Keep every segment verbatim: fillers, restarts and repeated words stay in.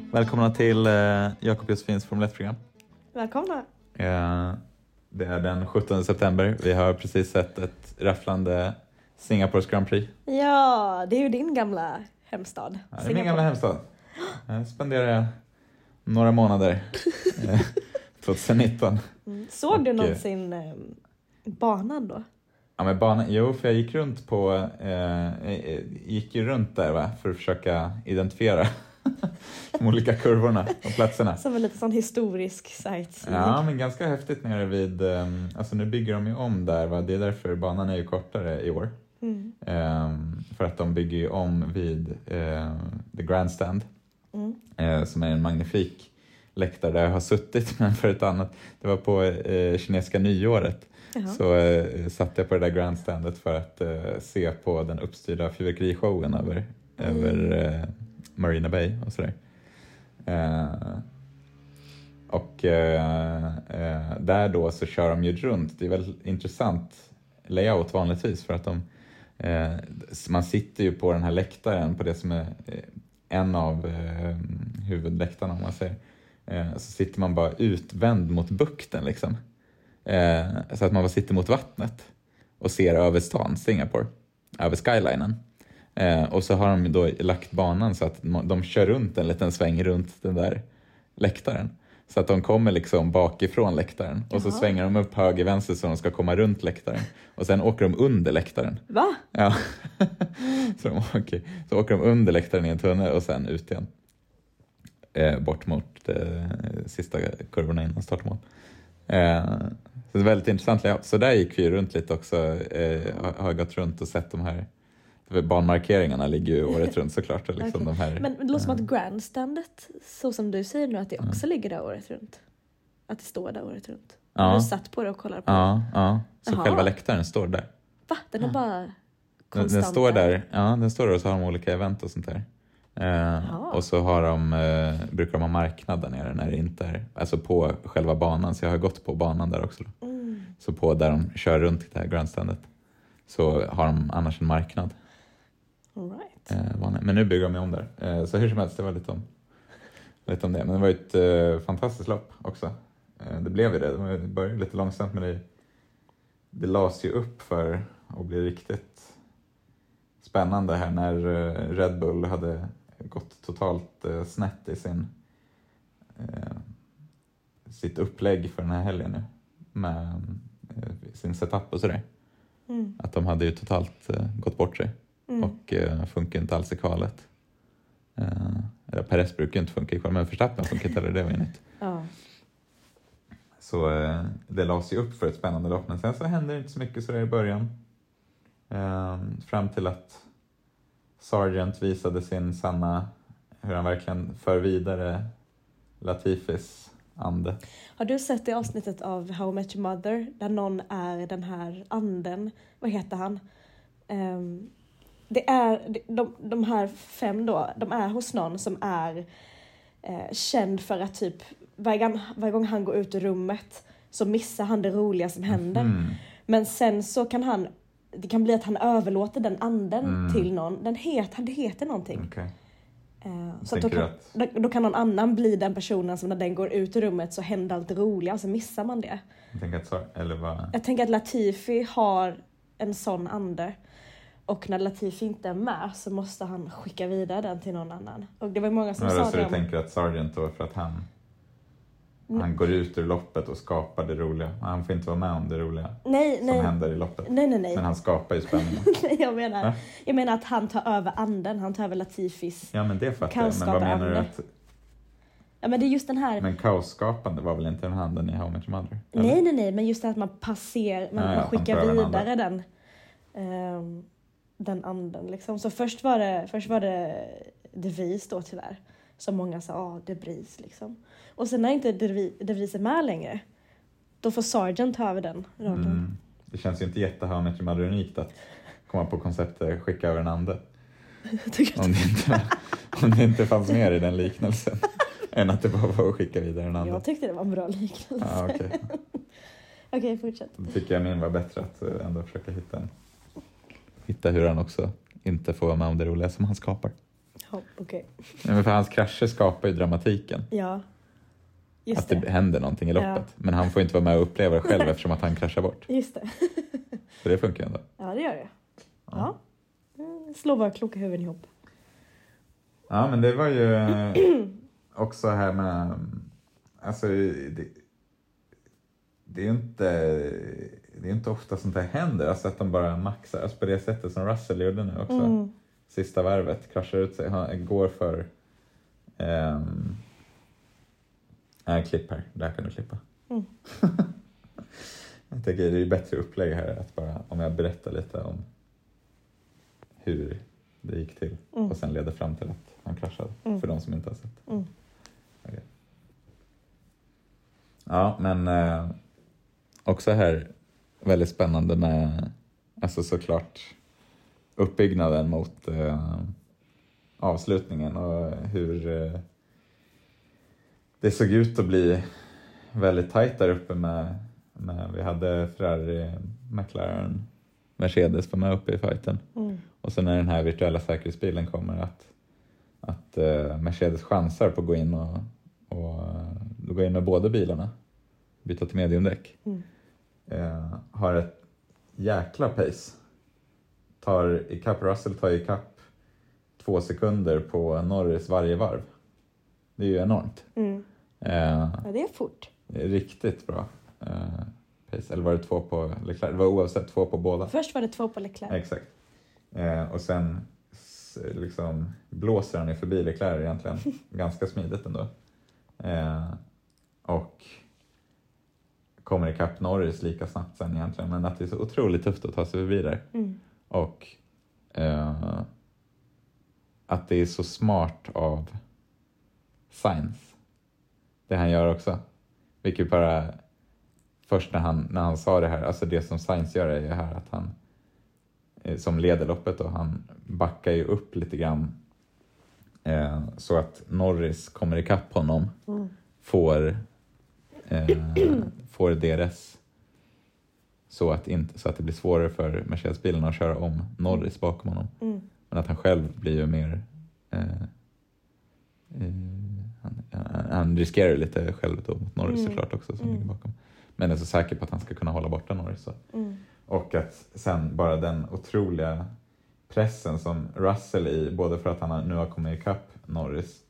Välkomna till eh, Jakob Josefins Formel ett-program. Välkomna. Eh, det är den sjuttonde september. Vi har precis sett ett rafflande Singapores Grand Prix. Ja, det är ju din gamla hemstad. Ja, det är min gamla hemstad. Jag spenderade några månader eh, tjugonitton. Mm. Såg Och, du någonsin eh, banan då? Ja, men banan, jo, för jag gick runt på eh, gick ju runt där va, för att försöka identifiera de olika kurvorna och platserna. Som en lite sån historisk sightseeing. Ja, men ganska häftigt nere vid, um, alltså nu bygger de ju om där va, det är därför banan är ju kortare i år. Mm. Um, för att de bygger ju om vid uh, The Grandstand, Mm. uh, som är en magnifik läktare där jag har suttit, men för ett annat, det var på uh, kinesiska nyåret. Jaha. Så uh, satt jag på det där grandstandet för att uh, se på den uppstyrda fyrverkerishowen över, mm. över uh, Marina Bay och sådär. Uh, och uh, uh, där då så kör de ju runt. Det är väl intressant layout vanligtvis för att de uh, man sitter ju på den här läktaren på det som är uh, en av uh, huvudläktarna om man säger. Uh, så sitter man bara utvänd mot bukten liksom. Uh, så att man bara sitter mot vattnet och ser över stan, Singapore, över skylinen. Eh, och så har de då lagt banan så att de kör runt en liten sväng runt den där läktaren. Så att de kommer liksom bakifrån läktaren. Och så Jaha. svänger de upp höger vänster så de ska komma runt läktaren. Och sen åker de under läktaren. Va? Ja. så, de åker, så åker de under läktaren i en tunnel och sen ut igen. Eh, bort mot eh, sista kurvorna innan startmål. Eh, så det är väldigt intressant. Så där gick vi runt lite också. Eh, har, har gått runt och sett de här banmarkeringarna ligger ju året runt såklart. Liksom Okay. de här, men det låter som att grandstandet, så som du säger nu, att det också mm. ligger där året runt. Att det står där året runt. Ja. Du satt på det och kollar på ja, det. Ja, så Aha. Själva läktaren står där. Va? Den är ja. bara konstant den, den står där. där. Ja, den står där och så har de olika event och sånt där. Eh, och så har de, eh, brukar de ha marknad där nere när det inte är, alltså på själva banan. Så jag har gått på banan där också. Då. Mm. Så på där de kör runt det här grandstandet så har de annars en marknad. All right. Eh, men nu bygger de om där. Eh, så hur som helst, det var lite om, lite om det. Men det var ju ett eh, fantastiskt lopp också. Eh, det blev ju det. Det började lite långsamt, men det, det lades ju upp för att bli riktigt spännande här när eh, Red Bull hade gått totalt eh, snett i sin eh, sitt upplägg för den här helgen nu. Med eh, sin setup och sådär. Mm. Att de hade ju totalt eh, gått bort sig. Mm. Och uh, funkar inte alls i kvalet. Uh, Perez brukar inte funka i kvalet, men Verstappen funkar inte, eller det var ju nytt. Ja. Så uh, det lades ju upp för ett spännande lopp, men sen så hände det inte så mycket så där i början. Uh, fram till att Sargent visade sin sanna, hur han verkligen för vidare Latifis ande. Har du sett det avsnittet av How I Met Your Mother där någon är den här anden, vad heter han? Um, Det är, de, de här fem då, de är hos någon som är eh, känd för att typ varje gång, varje gång han går ut ur rummet så missar han det roliga som händer. Mm. Men sen så kan han, det kan bli att han överlåter den anden mm. till någon. Den heter, det heter någonting. Okay. Eh, så då kan, att... då, då kan någon annan bli den personen som när den går ut ur rummet så händer allt det roliga och så missar man det. Jag tänker att, så, eller vad... Jag tänker att Latifi har en sån ande. Och när Latifi inte är med så måste han skicka vidare den till någon annan. Och det var många som ja, sa så det. Så du tänker att Sargent då för att han, mm. han går ut ur loppet och skapar det roliga. Han får inte vara med om det roliga nej, som nej. händer i loppet. Nej, nej, nej. Men han skapar ju spänningen. nej, jag menar, ja? jag menar att han tar över anden. Han tar över Latifis. Ja, men det fattar jag. Men vad menar du att... Ja, men det är just den här... Men kaosskapande var väl inte den handen i How I Met Your Mother? Eller? Nej, nej, nej. Men just det att man passerar, man, ja, man skickar man vidare den... Um, den anden liksom. Så först var det först var det De Vries då tyvärr. Som många sa, ja, ah, De Vries liksom. Och sen när inte De Vries är med längre, då får Sargent ta över den rollen. Mm. Det känns ju inte jättehörnet med unikt att komma på konceptet skicka över en ande. om, det inte, om det inte fanns mer i den liknelsen än att det bara var att skicka vidare en ande. Jag tyckte det var en bra liknelse. Ah, okej, okay. okay, fortsätt. Då tycker jag min var bättre att ändå försöka hitta en hitta hur han också inte får vara med om det roliga som han skapar. Ja, okej. Nej, men för hans krascher skapar ju dramatiken. Ja, just att det, det. händer någonting i loppet. Ja. Men han får inte vara med och uppleva det själv eftersom att han kraschar bort. Just det. Så det funkar ju ändå. Ja, det gör det. Ja. Ja. Mm, slå våra kloka huvuden ihop. Ja, men det var ju eh, också här med... Alltså, det, det är ju inte... Det är inte ofta sånt här händer. Alltså att de bara maxar. Alltså på det sättet som Russell gjorde nu också. Mm. Sista varvet. Kraschar ut sig. Han går för... Um, en klipp här. Där kan du klippa. Mm. Jag tänker det är ju bättre upplägg här. Att bara, om jag berättar lite om hur det gick till. Mm. Och sen leder fram till att han kraschade. Mm. För de som inte har sett. Mm. Okay. Ja, men eh, också här väldigt spännande med, alltså såklart uppbyggnaden mot eh, avslutningen och hur eh, det såg ut att bli väldigt tajt där uppe med, med vi hade Ferrari, McLaren, Mercedes var med uppe i fighten. Mm. Och så när den här virtuella säkerhetsbilen kommer att, att eh, Mercedes chansar på att gå in och, och då går in med båda bilarna, byta till mediumdäck. Mm. Eh, har ett jäkla pace. Tar i kapp, Russell tar i kapp två sekunder på Norris varje varv. Det är ju enormt. Mm. Eh, Ja, det är fort. riktigt bra eh, pace. Eller var det två på Leclerc? Det var oavsett två på båda. Först var det två på Leclerc. Exakt. Eh, och sen s- liksom blåser han ju förbi Leclerc egentligen. Ganska smidigt ändå. Eh, och kommer ikapp Norris lika snabbt sen egentligen. Men att det är så otroligt tufft att ta sig förbi där. Mm. Och eh, att det är så smart av Sainz. Det han gör också. Vilket bara först när han, när han sa det här. Alltså det som Sainz gör är ju här att han eh, som leder loppet och han backar ju upp lite grann. Eh, så att Norris kommer ikapp honom. Mm. Får eh, får D R S så att, inte, så att det blir svårare för Mercedes-bilen att köra om Norris bakom honom. Mm. Men att han själv blir ju mer eh, eh, han, han riskerar lite själv då mot Norris Mm. såklart också som Mm. ligger bakom. Men är så säker på att han ska kunna hålla borta Norris. Så. Mm. Och att sen bara den otroliga pressen som Russell i, både för att han nu har kommit ikapp Norris,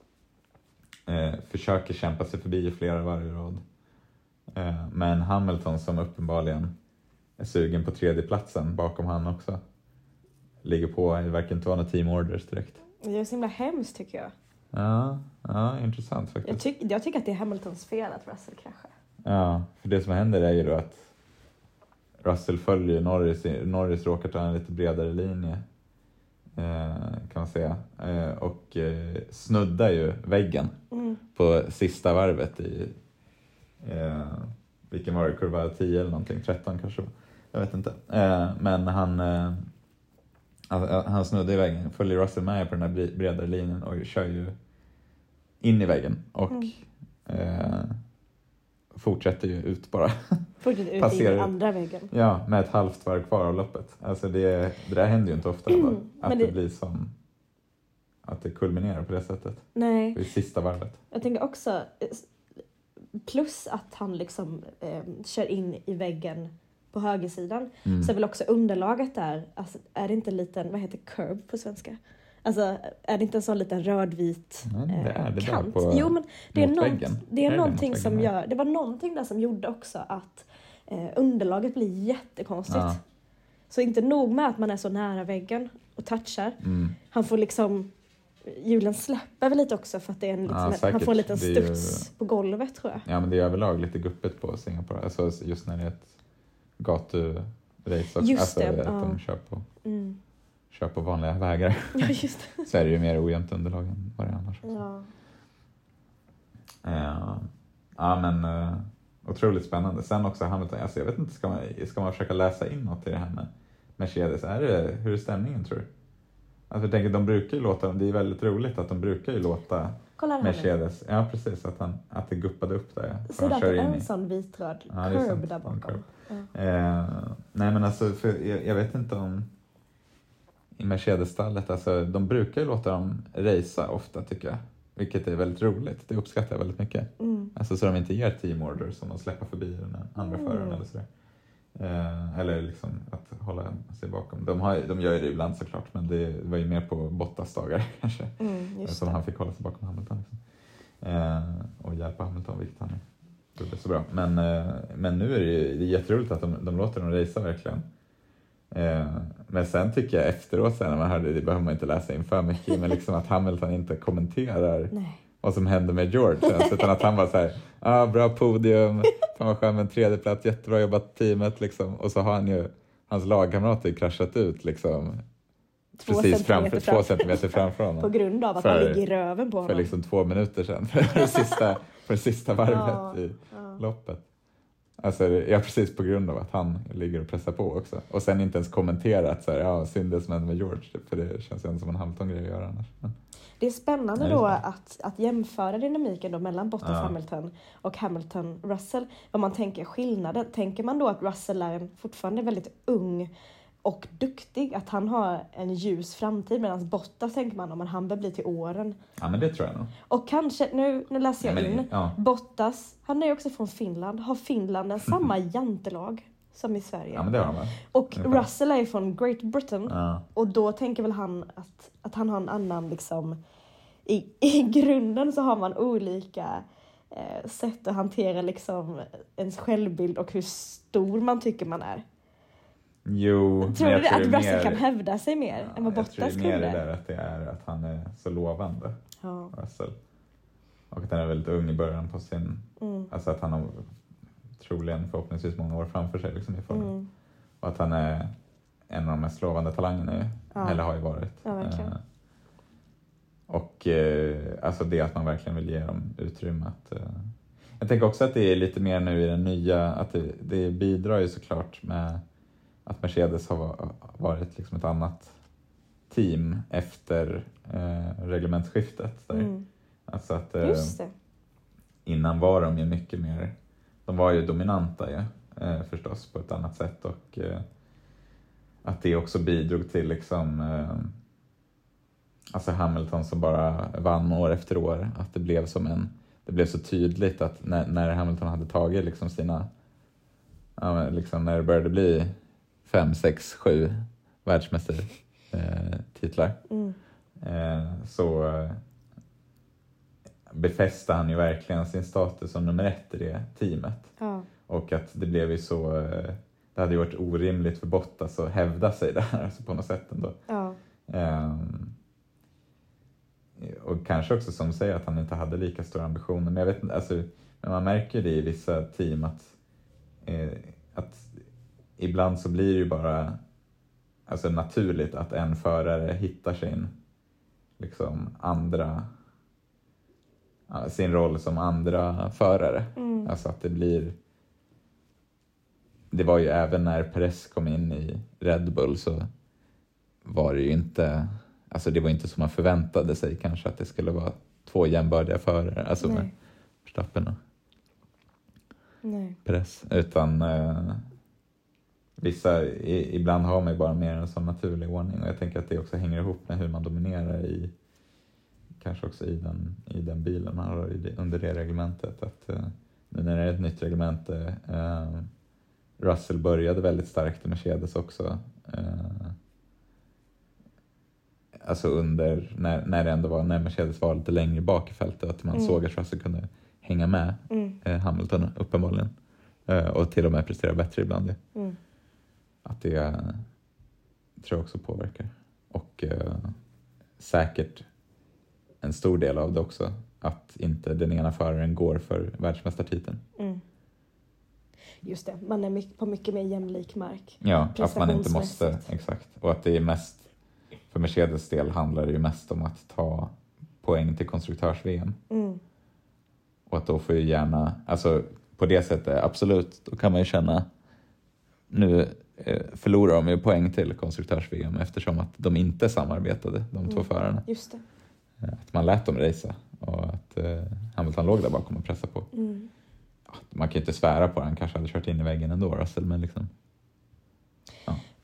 eh, försöker kämpa sig förbi i flera varv i rad. Eh, men Hamilton som uppenbarligen är sugen på tredje platsen bakom han också. Ligger på, det verkar inte vara några team orders direkt. Det är så himla hemskt tycker jag. Ja, ja intressant faktiskt. Jag, tyck, jag tycker att det är Hamiltons fel att Russell kraschar. Ja, för det som händer är ju då att Russell följer Norris, Norris råkar ta en lite bredare linje eh, kan man säga. Eh, och eh, snuddar ju väggen Mm. på på sista varvet i eh, vilken var det, kurva tio eller någonting, tretton kanske, jag vet inte. Eh, men han eh, han, han snuddar i väggen, följer Russell med på den här bredare linjen och kör ju in i väggen och Mm. eh, fortsätter ju ut bara. Fortsätter ut Passerar- i andra väggen. Ja, med ett halvt varv kvar av loppet. Alltså det, det där händer ju inte ofta ändå. Mm, Att men det... det- blir som att det kulminerar på det sättet. Nej, I sista varvet. jag tänker också eh, plus att han liksom eh, kör in i väggen på högersidan. Mm. Så är väl också underlaget där, alltså, är det inte en liten, vad heter curb på svenska? Alltså är det inte en sån liten rödvit Nej, det eh, är det där kant? på- Jo men det är, mot nånt, väggen. det är, Är det någonting mot som väggen? gör, det var någonting där som gjorde också att eh, underlaget blir jättekonstigt. Ja. Så inte nog med att man är så nära väggen och touchar. Mm. Han får liksom, hjulen släpper väl lite också för att det är en, liksom, Ja, han säkert. får en liten Det är ju- studs på golvet tror jag. Ja, men det är överlag lite guppigt på Singapore. Alltså just när det är ett gaturace. Och, Just alltså, det, att ja. de kör på, Mm. kör på vanliga vägar. Ja, just det. Så är det ju mer ojämnt underlag än vad det är annars. Ja. Ja, ja men uh, otroligt spännande. Sen också Hamilton, alltså jag vet inte, ska man, ska man försöka läsa in något i det här med Mercedes? Är det, hur är stämningen tror du? Alltså jag tänker, de brukar ju låta, det är väldigt roligt att de brukar ju låta Kolla här nu. Mercedes, ja precis, att, han, att det guppade upp där. Ja, Så där kör är in en i. sån vitröd Ja, det är sant. curb där En bakom. curb. Ja. Eh, nej men alltså, för jag, jag vet inte om i Mercedes-stallet, alltså de brukar ju låta dem racea ofta tycker jag. Vilket är väldigt roligt, det uppskattar jag väldigt mycket. Mm. Alltså så de inte ger team orders som de släpper förbi den andra Mm. föraren eller sådär. Eh, eller liksom att hålla sig bakom. De, har, de gör ju det ibland såklart, men det var ju mer på Bottas dagar kanske. Mm, just som det. han fick hålla sig bakom Hamilton. Liksom. Eh, och hjälpa Hamilton, vilket han gjorde så bra. Men, eh, men nu är det ju det är jätteroligt att de, de låter dem racea verkligen. Eh, men sen tycker jag efteråt, sen när man hörde det, det behöver man inte läsa in för mycket, men liksom att Hamilton inte kommenterar Nej. vad som hände med George ens, utan att han var så här, ah, bra podium, fan vad skön med en tredje plats, jättebra jobbat teamet liksom. Och så har han ju, hans lagkamrater kraschat ut liksom Två precis framför, centimeter fram. två centimeter framför honom. På grund av att För- han ligger i röven på För honom. liksom två minuter sedan, för det sista, för det sista varvet Ja, i ja. loppet. Alltså, ja, precis på grund av att han ligger och pressar på också. Och sen inte ens kommenterat så här, ja, synd det som hände med George, typ, för det känns ju ändå som en Hamilton-grej att göra annars. Men, Det är spännande Ja, då just att, att jämföra dynamiken då mellan Bottas Ja. Hamilton och Hamilton Russell. Vad man tänker skillnaden. Tänker man då att Russell är en fortfarande väldigt ung och duktig, att han har en ljus framtid, medan Bottas tänker man om han bör bli till åren. ja, men det tror jag nog. Och kanske, nu, nu läser jag Ja, men- in, ja. Bottas, han är ju också från Finland, har Finland en samma jantelag som i Sverige. Ja, men det har man. Och ungefär. Russell är ju från Great Britain. Ja. Och då tänker väl han att, att han har en annan liksom, i, i grunden så har man olika eh, sätt att hantera liksom ens självbild och hur stor man tycker man är. Jo, Tror men du jag att tror det är Russell mer- kan hävda sig mer Ja, än vad jag tror Bottas det är mer det kunde? där att det är att han är så lovande, Ja. Russell. Och att han är väldigt ung i början på sin... Mm. Alltså att han har troligen förhoppningsvis många år framför sig liksom i formen. Mm. Och att han är en av de mest lovande talangerna ju. Ja. Eller har ju varit. Ja, verkligen. Eh, och eh, alltså det att man verkligen vill ge dem utrymme att... Eh, jag tänker också att det är lite mer nu i den nya... Att det, det bidrar ju såklart med att Mercedes har va- varit liksom ett annat team efter eh, reglementsskiftet. Där. Mm. Alltså att... Eh, Just det. innan var de ju mycket mer, de var ju dominanta ju, eh, förstås på ett annat sätt, och eh, att det också bidrog till liksom eh, alltså Hamilton som bara vann år efter år, att det blev som en, det blev så tydligt att när, när Hamilton hade tagit liksom sina, ja, men liksom när det började bli fem, sex, sju världsmästartitlar eh, titlar, Mm. eh, så eh, befäste han ju verkligen sin status som nummer ett i det teamet. Ja. Och att det blev ju så, eh, det hade ju varit orimligt för Bottas att hävda sig där, alltså på något sätt ändå. Ja. Ehm, och kanske också som säger att han inte hade lika stora ambitioner. Men jag vet inte, alltså, men man märker det i vissa team att, eh, att ibland så blir det ju bara alltså naturligt att en förare hittar sin liksom andra sin roll som andra förare. Mm. Alltså att det blir, det var ju även när Perez kom in i Red Bull så var det ju inte, alltså det var inte som man förväntade sig kanske att det skulle vara två jämbördiga förare, alltså Nej. med Verstappen och Nej. Perez, utan eh, vissa, i, ibland har man ju bara mer en sån naturlig ordning, och jag tänker att det också hänger ihop med hur man dominerar i, kanske också i den, i den bilen man har i det, under det reglementet, att eh, nu när det är ett nytt reglement, eh, Russell började väldigt starkt i Mercedes också, eh, alltså under, när, när det ändå var, när Mercedes var lite längre bak i fältet, att man Mm. såg att Russell kunde hänga med Mm. eh, Hamilton uppenbarligen, eh, och till och med prestera bättre ibland. Mm. Att det eh, tror jag också påverkar, och eh, säkert en stor del av det också, att inte den ena föraren går för världsmästartiteln. Mm. Just det, man är mycket, på mycket mer jämlik mark. Ja, att man inte måste, Prestationsmässigt. exakt. Och att det är mest, för Mercedes del handlar det ju mest om att ta poäng till konstruktörs-V M. Mm. Och att då får ju gärna, alltså på det sättet, absolut, då kan man ju känna, nu eh, förlorar de ju poäng till konstruktörs-V M eftersom att de inte samarbetade, de två Mm. förarna. Just det. Att man lät dem racea och att eh, Hamilton låg där bakom och pressade på. Mm. Ja, man kan ju inte svära på det, han kanske hade kört in i väggen ändå, Russell, men liksom...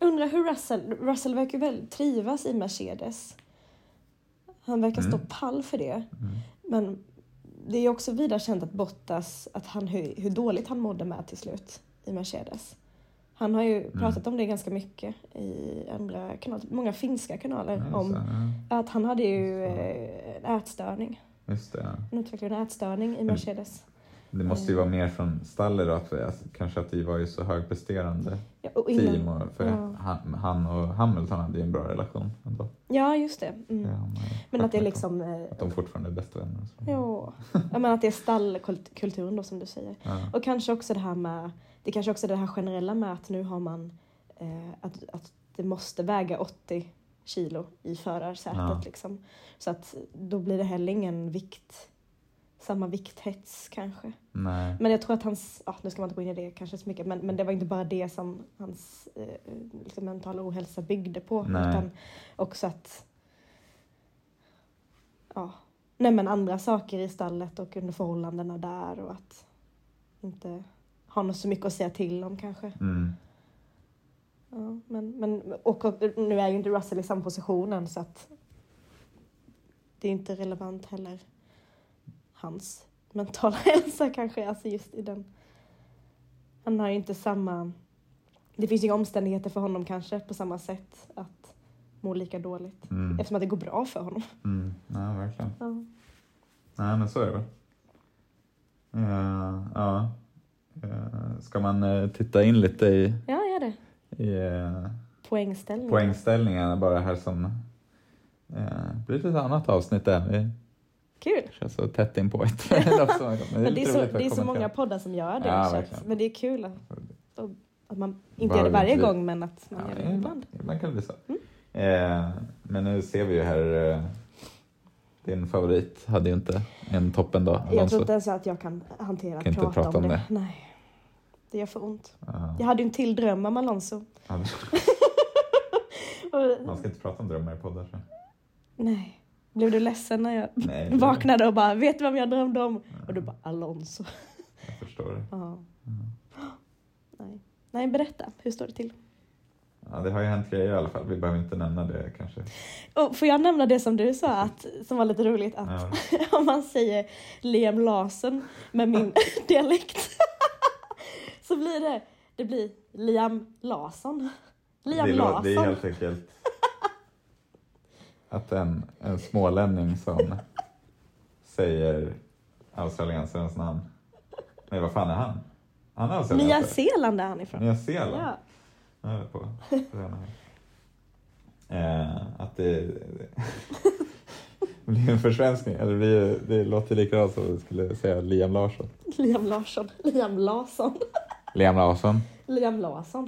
undrar hur Russell, Russell verkar väl trivas i Mercedes. Han verkar mm. stå pall för det. Mm. Men det är också vidare känt att Bottas, att han, hur, hur dåligt han mådde med till slut i Mercedes. Han har ju mm. pratat om det ganska mycket i andra kanaler, många finska kanaler, ja, om ja. att han hade ju en ätstörning. Just det, ja. Han utvecklade en ätstörning i Mercedes. Det måste ju vara mer från stallet då, att kanske att det var ju så högpresterande ja, och innan, team. Och för ja. han, han och Hamilton hade ju en bra relation ändå. Ja, just det. Mm. Ja, men, men att det är liksom... Att de fortfarande är bästa vänner. Ja, men att det är stallkulturen då, som du säger. Ja. Och kanske också det här med... Det kanske också är det här generella med att nu har man... Eh, att, att det måste väga åttio kilo i förarsätet. Ja. Liksom. Så att då blir det heller ingen vikt... Samma vikthets kanske. Nej. Men jag tror att hans, ja, nu ska man inte gå in i det kanske så mycket, men, men det var inte bara det som hans eh, liksom mentala ohälsa byggde på. Nej. Utan också att, ja, nej men andra saker i stallet och under förhållandena där och att inte ha något så mycket att säga till om kanske. Mm. Ja, men, men och, och nu är ju inte Russell i samma positionen så att det är inte relevant heller. Hans mentala hälsa kanske, alltså just i den. Han har ju inte samma, det finns ju inga omständigheter för honom kanske på samma sätt att må lika dåligt. Mm. Eftersom att det går bra för honom. Mm. Ja, verkligen. Ja. Nej, men så är det väl. Ja, ja. Ska man uh, titta in lite i... Ja, gör det. I uh, poängställningarna. Poängställningarna bara här som... Uh, blir det ett annat avsnitt där vi... Kul. Det känns så tätt in på ett. men men det är så, det är så många poddar som gör det. Ja, att, men det är kul att, att man inte gör det varje gång, men att man ja, gör det ibland. Man kan bli så. Mm. Eh, men nu ser vi ju här, eh, din favorit hade ju inte en toppen dag. Jag tror inte ens att jag kan hantera kan att prata, prata om, om det. det. Nej, det gör för ont. Ja. Jag hade ju en till dröm om Alonso. Ja, man ska inte prata om drömmar i poddar. Så. Nej. Blev du ledsen när jag Nej, vaknade och bara, vet du vad jag drömde om? Ja. Och du bara, Alonso. Jag förstår det. Ja. Mm. Nej. Nej, berätta. Hur står det till? Ja, det har ju hänt grejer i alla fall. Vi behöver inte nämna det kanske. Och får jag nämna det som du sa, att, som var lite roligt, att ja. om man säger Liam Larsson med min dialekt så blir det, det blir Liam Larsson. Liam det är, Larsson. Det är helt enkelt att en, en smålänning som säger australiensarens namn. Nej, vad fan är han? Han är australiensare. Nya Zeeland är han ifrån. Nya Zeeland? Ja. Jag är på. eh, att det, det blir en försvenskning. Eller det, det låter likadant som jag skulle säga Liam Larsson. Liam Larsson. Liam Larsson. Liam Larsson. Liam Larsson.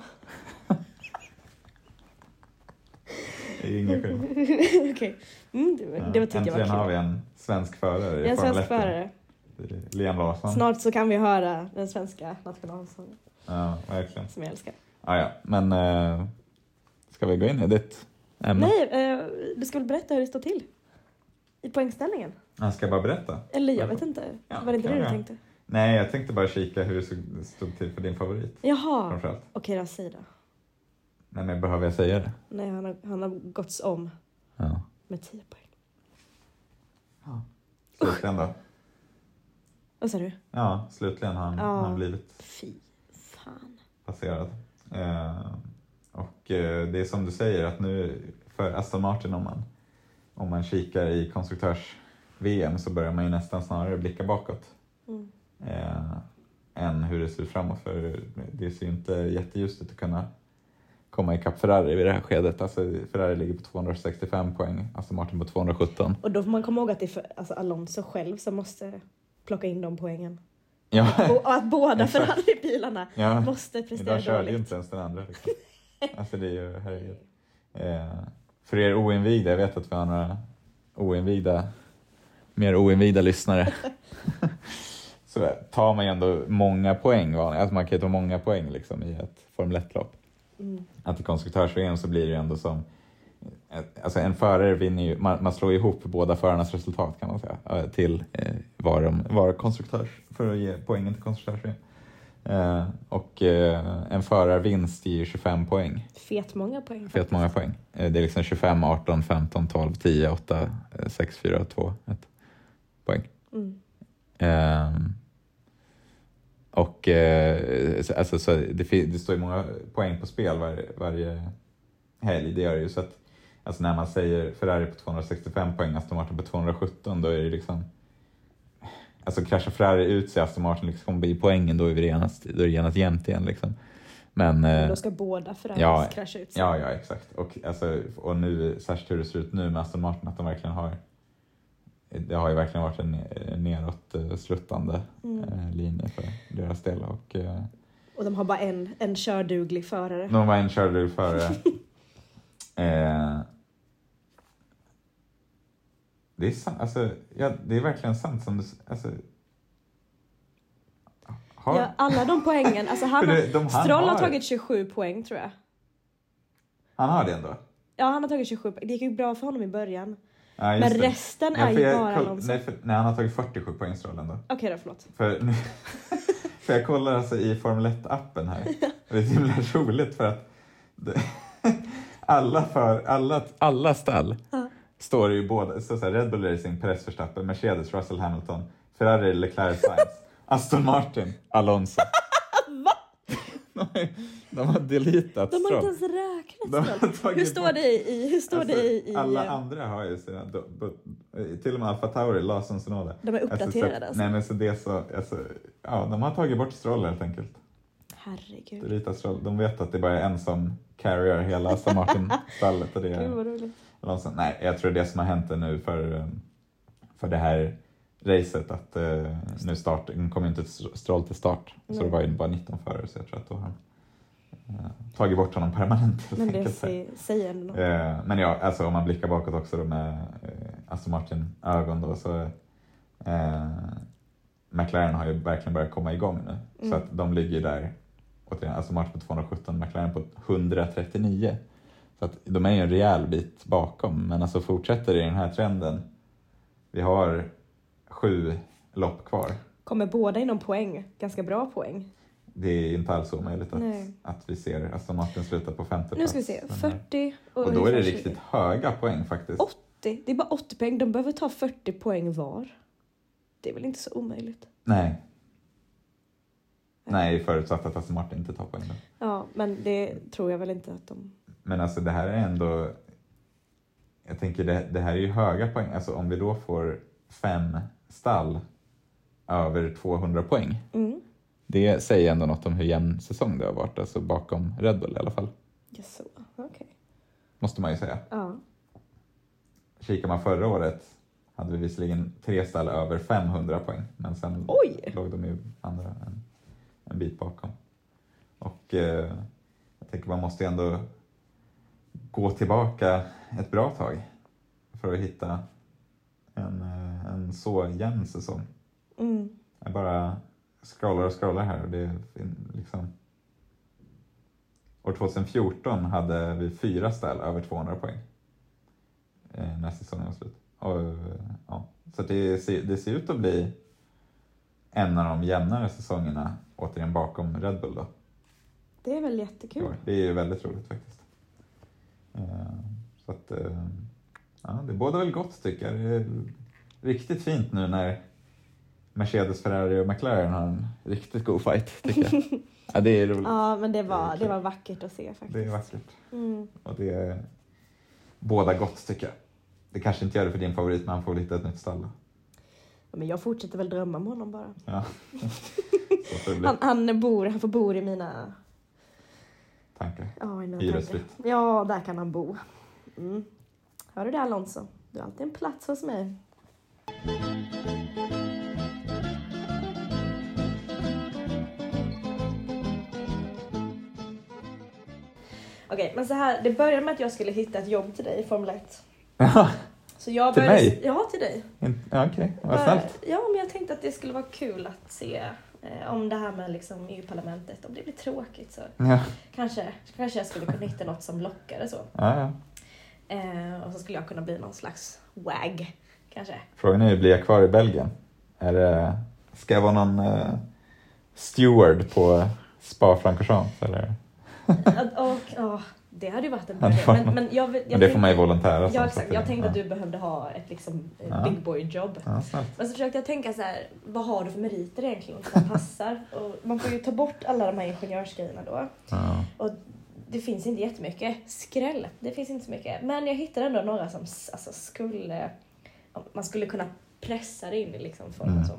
Det är ingen skillnad. Okej. Okay. Mm, det, det var, tyckte jag var kul. Har vi en svensk förare. En svensk förare. Liam Larsson. Snart så kan vi höra den svenska nationalsången. Ja, verkligen. Som jag älskar. Ah, ja, men äh, ska vi gå in i ditt ämne? Nej, äh, du ska väl berätta hur det står till i poängställningen. Jag ska bara berätta? Eller jag vet inte. Ja, var det inte det du jag. tänkte? Nej, jag tänkte bara kika hur det stod till för din favorit. Jaha, okej okay, då, säg då. Nej, men behöver jag säga det? Nej, han har, han har gått om ja. med tio poäng. Ja, slutligen då. Vad sa du? Ja, slutligen har han, ja. han blivit Fy fan. passerad. Eh, och eh, det är som du säger att nu för Aston Martin om man, om man kikar i konstruktörs-V M så börjar man ju nästan snarare blicka bakåt. Mm. Eh, än hur det ser ut framåt. För det ser ju inte jätteljust ut att kunna komma ikapp Ferrari vid det här skedet. Alltså Ferrari ligger på tvåhundrasextiofem poäng, Aston Martin på tvåhundrasjutton. Och då får man komma ihåg att det är för, alltså Alonso själv som måste plocka in de poängen. Ja. Och att båda Ferrari-bilarna ja. måste prestera dåligt. Idag körde ju inte ens den andra. Liksom. Alltså det är ju, herregud. Eh, för er oinvigda, jag vet att vi har några oinvigda, mer oinvigda lyssnare. Så tar man ju ändå många poäng. Alltså man kan ju ta många poäng liksom i ett Formel ett-lopp. Mm. Att i konstruktörs-V M så blir det ju ändå som... Alltså en förare vinner ju... Man, man slår ihop båda förarnas resultat kan man säga. Till eh, var, de, var konstruktörs... För att ge poängen till konstruktörs-V M. Eh, och eh, en förarvinst ger tjugofem poäng. Fet många poäng. Fet faktiskt. många poäng. Eh, det är liksom tjugofem, arton, femton, tolv, tio, åtta, sex, fyra, två, ett poäng. Mm. Eh, och eh, så, alltså, så det, det står ju många poäng på spel var, varje helg. Det gör det ju så att alltså när man säger Ferrari på tvåhundrasextiofem poäng, Aston Martin på tvåhundrasjutton, då är det liksom alltså kraschar Ferrari ut sig, Aston Martin liksom blir poängen, då är vi genast, då är det genast jämnt igen liksom. Men, Men då ska båda Ferraris ja, krascha ut sig. Ja, ja, exakt. Och, alltså, och nu, särskilt hur det ser ut nu med Aston Martin, att de verkligen har det har ju verkligen varit en neråt sluttande mm. linje för deras del. Och, och de har bara en, en körduglig förare. De har en körduglig förare. eh, det, är sant, alltså, ja, det är verkligen sant som du... Alltså, har... ja, alla de poängen. Alltså han det, de, han Stroll har har tagit tjugosju poäng, tror jag. Han har det ändå? Ja, han har tagit tjugosju poäng. Det gick ju bra för honom i början. Ja, men det. resten nej, är ju jag, bara koll, någon nej, för, nej, han har tagit fyrtiosju poäng Stroll ändå. Okej okay, då, förlåt. För, nu, för jag kollar alltså i Formel ett-appen här. Och det är så himla roligt för att det, alla, för, alla, alla stall uh. står ju båda, så, så här, Red Bull Racing, Perez, Verstappen, Mercedes, Russell, Hamilton, Ferrari, Leclerc, Sainz, Aston Martin, Alonso. De, de har deletat De har Stroll. inte ens räknat. Hur står det i... Hur står alltså, det i alla andra har ju sina... Do, do, till och med Alfa Tauri, Lawson Sonoda. De är uppdaterade alltså. alltså. Nej, men så det är så... Alltså, ja, de har tagit bort Stroll helt enkelt. Herregud. Deletat Stroll. De vet att det bara är en som carrier hela Aston Martin-stallet. Och det är... Gud vad roligt. Lawson. Nej, jag tror det som har hänt nu för, för det här racet att uh, nu start, kommer inte Stroll till start. Nej. Så det var ju bara nitton förare, så jag tror att då har uh, tagit bort honom permanent. Men det säger, säger ändå något. Uh, men ja, alltså om man blickar bakåt också då med uh, Aston Martin-ögon då, så uh, McLaren har ju verkligen börjat komma igång nu. Mm. Så att de ligger där, återigen, Aston Martin på tvåhundrasjutton, McLaren på hundratrettionio. Så att de är ju en rejäl bit bakom, men alltså fortsätter i den här trenden. Vi har sju lopp kvar. Kommer båda inom poäng? Ganska bra poäng. Det är inte alls omöjligt att, att vi ser Aston Martin sluta på femte plats. Nu ska vi se, fyrtio och, och då är det riktigt tjugo. Höga poäng faktiskt. åttio, det är bara åttio poäng. De behöver ta fyrtio poäng var. Det är väl inte så omöjligt? Nej. Nej, förutsatt att Aston Martin inte tar poäng då. Ja, men det tror jag väl inte att de... Men alltså det här är ändå... Jag tänker det, det här är ju höga poäng. Alltså om vi då får fem stall över tvåhundra poäng. Mm. Det säger ändå något om hur jämn säsong det har varit. Alltså bakom Red Bull i alla fall. Ja, så. Okej. Okay. Måste man ju säga. Ja. Kikar man förra året hade vi visserligen tre stall över femhundra poäng. Men sen Oj. låg de ju andra en, en bit bakom. Och eh, jag tänker man måste ändå gå tillbaka ett bra tag för att hitta en, en så jämn säsong. Mm. Jag bara scrollar och scrollar här och det är liksom... År tjugohundrafjorton hade vi fyra ställ över tvåhundra poäng eh, när säsongen var slut. Och, ja. Så det ser, det ser ut att bli en av de jämnare säsongerna återigen bakom Red Bull då. Det är väl jättekul. Ja, det är ju väldigt roligt faktiskt. Så att, ja, det är både väl gott tycker jag. Det är riktigt fint nu när Mercedes, Ferrari och McLaren har en riktigt god fight tycker jag. Ja, det är roligt. Ja, men det var, det, det var vackert att se faktiskt. Det är vackert. Mm. Och det är båda gott tycker jag. Det kanske inte gör det för din favorit, men han får lite ett nytt stall. Ja, men jag fortsätter väl drömma om honom bara. Ja. han, han, bor, han får bo i mina... tankar. Ja, i mina Hyresfritt. tankar. Ja, där kan han bo. Mm. Hör du det, Alonso? Du har alltid en plats hos mig. Okej, men så här, det började med att jag skulle hitta ett jobb till dig i Formel ett. Ja, så jag till började, mig? Ja, till dig. Ja, okej. Okay. Vad snällt. Ja, men jag tänkte att det skulle vara kul att se eh, om det här med liksom E U-parlamentet. Om det blir tråkigt så ja. kanske, kanske jag skulle kunna hitta något som lockade så. Ja, ja. Eh, och så skulle jag kunna bli någon slags wag, kanske. Frågan är, blir jag kvar i Belgien? Är det, ska jag vara någon eh, steward på Spa-Francorchamps eller? och, och, och, det hade ju varit en bra idé. Men, men, jag, jag men det får man ju volontära. Ja, exakt. Jag tänkte ja. att du behövde ha ett liksom, ja. big boy jobb. Ja, men så försökte jag tänka så här, vad har du för meriter egentligen som passar? Och man får ju ta bort alla de här ingenjörsgrejerna då. Ja. Och det finns inte jättemycket. Skräll, det finns inte så mycket. Men jag hittade ändå några som alltså, skulle... Man skulle kunna pressa det in i liksom, form mm. och så.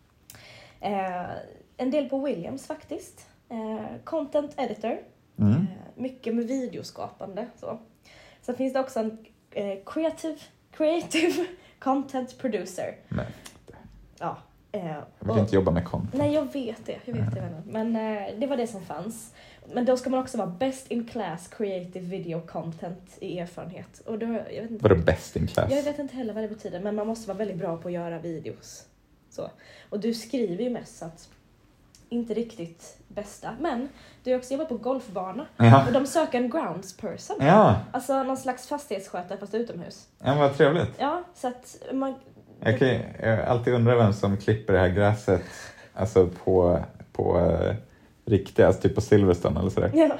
Eh, en del på Williams faktiskt. Eh, content editor. Mm. Eh, mycket med videoskapande. Så. Sen finns det också en eh, creative, creative content producer. Nej. Ja. Eh, jag vill och, inte jobba med content. Nej, jag vet det. Jag vet det vänner. Men eh, det var det som fanns. Men då ska man också vara best in class creative video content i erfarenhet. Och då, jag vet inte, vad är best in class? Jag vet inte heller vad det betyder. Men man måste vara väldigt bra på att göra videos. Så. Och du skriver ju mest så att inte riktigt bästa. Men du har också jobbat på golfbana. Ja. Och de söker en grounds person. Ja. Alltså någon slags fastighetsskötare fast utomhus. Ja, vad trevligt. Ja, så att man... Jag kan jag alltid undrar vem som klipper det här gräset. Alltså på, på uh, riktiga, alltså typ på Silverstone eller sådär. Ja.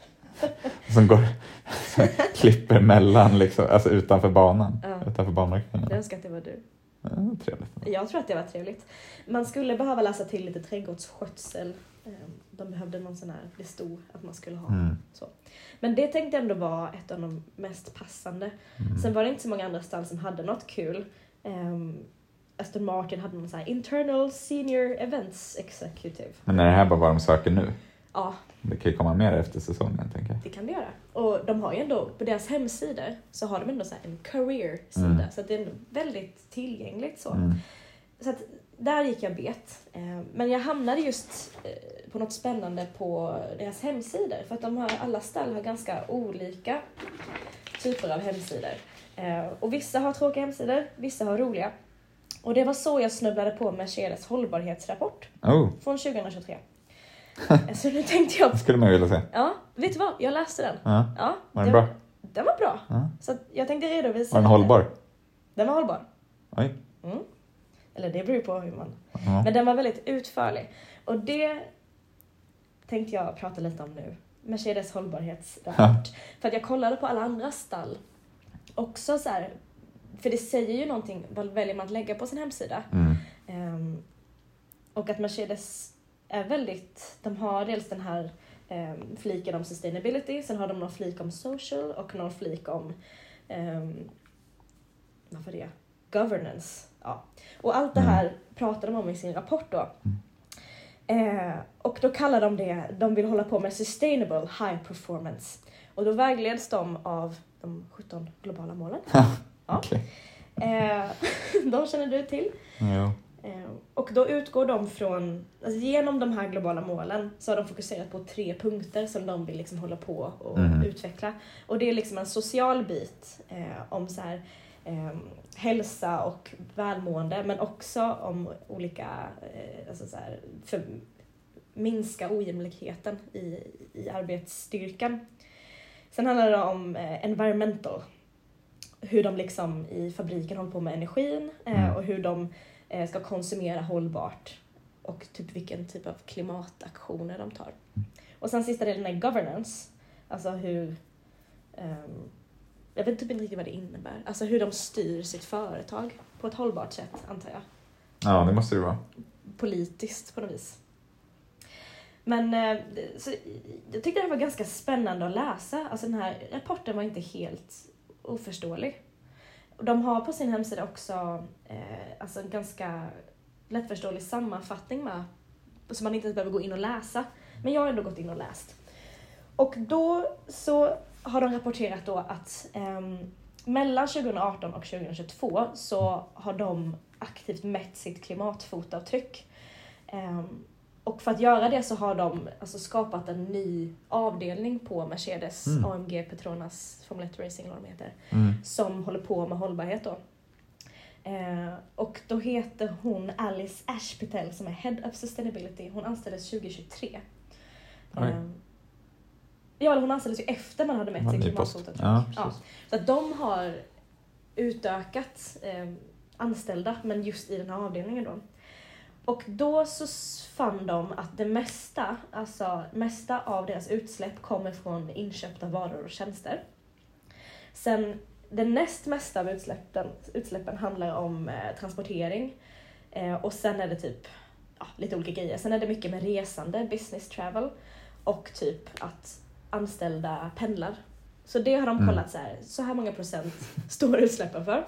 Som går, som klipper mellan, liksom, alltså utanför banan. Ja. Utanför banmarknaden. Jag önskar att det var du. Ja, trevligt. Jag tror att det var trevligt. Man skulle behöva läsa till lite trädgårdsskötsel. De behövde någon sån här, det stod att man skulle ha. Mm. Så. Men det tänkte jag ändå vara ett av de mest passande. Mm. Sen var det inte så många andra ställen som hade något kul. Um, Aston Martin hade någon sån här internal senior events executive. Men är det här bara vad de söker nu? Ja. Det kan ju komma mer efter säsongen, tänker jag. Det kan det göra. Och de har ju ändå, på deras hemsidor så har de ändå så här en career-sida. Mm. Så att det är ändå väldigt tillgängligt så. Mm. Så att där gick jag bet. Men jag hamnade just på något spännande på deras hemsidor. För att de har, alla ställ har ganska olika typer av hemsidor. Och vissa har tråkiga hemsidor, vissa har roliga. Och det var så jag snubblade på Mercedes hållbarhetsrapport Oh. från tjugohundratjugotre. Så nu tänkte jag... Det skulle man vilja se. Ja, vet du vad? Jag läste den. Ja. Ja, var den bra? Den var bra. Ja. Så jag tänkte redovisa. Var den hållbar? Den var hållbar. Oj. Mm. Eller det beror ju på hur man... Ja. Men den var väldigt utförlig. Och det tänkte jag prata lite om nu. Mercedes hållbarhetsrapport. Ja. För att jag kollade på alla andra stall. Också så här... För det säger ju någonting. Vad väljer man att lägga på sin hemsida? Mm. Um, och att Mercedes är väldigt... De har dels den här um, fliken om sustainability. Sen har de någon flik om social. Och någon flik om... Um, vad var det? Governance. Ja. Och allt det här mm. pratar de om i sin rapport då. Mm. Eh, och då kallar de det... De vill hålla på med sustainable high performance. Och då vägleds de av de sjutton globala målen. Ja. Okay. Eh, de känner du till. Ja. Eh, och då utgår de från, alltså genom de här globala målen så har de fokuserat på tre punkter som de vill liksom hålla på och mm. utveckla. Och det är liksom en social bit eh, om så här, eh, hälsa och välmående, men också om olika, eh, alltså så här, för minska ojämlikheten i, i arbetsstyrkan. Sen handlar det om eh, environmental. Hur de liksom i fabriken håller på med energin eh, mm. och hur de eh, ska konsumera hållbart och typ vilken typ av klimataktioner de tar. Mm. Och sen sista delen är governance, alltså hur um, jag vet typ inte riktigt vad det innebär. Alltså hur de styr sitt företag på ett hållbart sätt, antar jag. Ja, det måste det vara. Politiskt på något vis. Men eh, så, jag tyckte det var ganska spännande att läsa. Alltså den här rapporten var inte helt oförståelig. De har på sin hemsida också eh, alltså en ganska lättförståelig sammanfattning med, så man inte behöver gå in och läsa. Men jag har ändå gått in och läst. Och då så har de rapporterat då att eh, mellan tjugoarton och tjugohundratjugotvå så har de aktivt mätt sitt klimatfotavtryck. Eh, Och för att göra det så har de alltså skapat en ny avdelning på Mercedes mm. A M G Petronas Formel ett Racing, eller vad de heter, mm. som håller på med hållbarhet då. Eh, och då heter hon Alice Ashpitel som är Head of Sustainability. Hon anställdes tjugohundratjugotre. Eh, ja, hon anställdes ju efter man hade mätt sin klimatfotavtryck. Ja, ja. Så att de har utökat eh, anställda, men just i den här avdelningen då. Och då så fann de att det mesta, alltså mesta av deras utsläpp kommer från inköpta varor och tjänster. Sen det näst mesta av utsläppen, utsläppen handlar om eh, transportering. Eh, och sen är det typ ja, lite olika grejer. Sen är det mycket med resande, business travel. Och typ att anställda pendlar. Så det har de kollat mm. så här. Så här många procent står utsläppen för.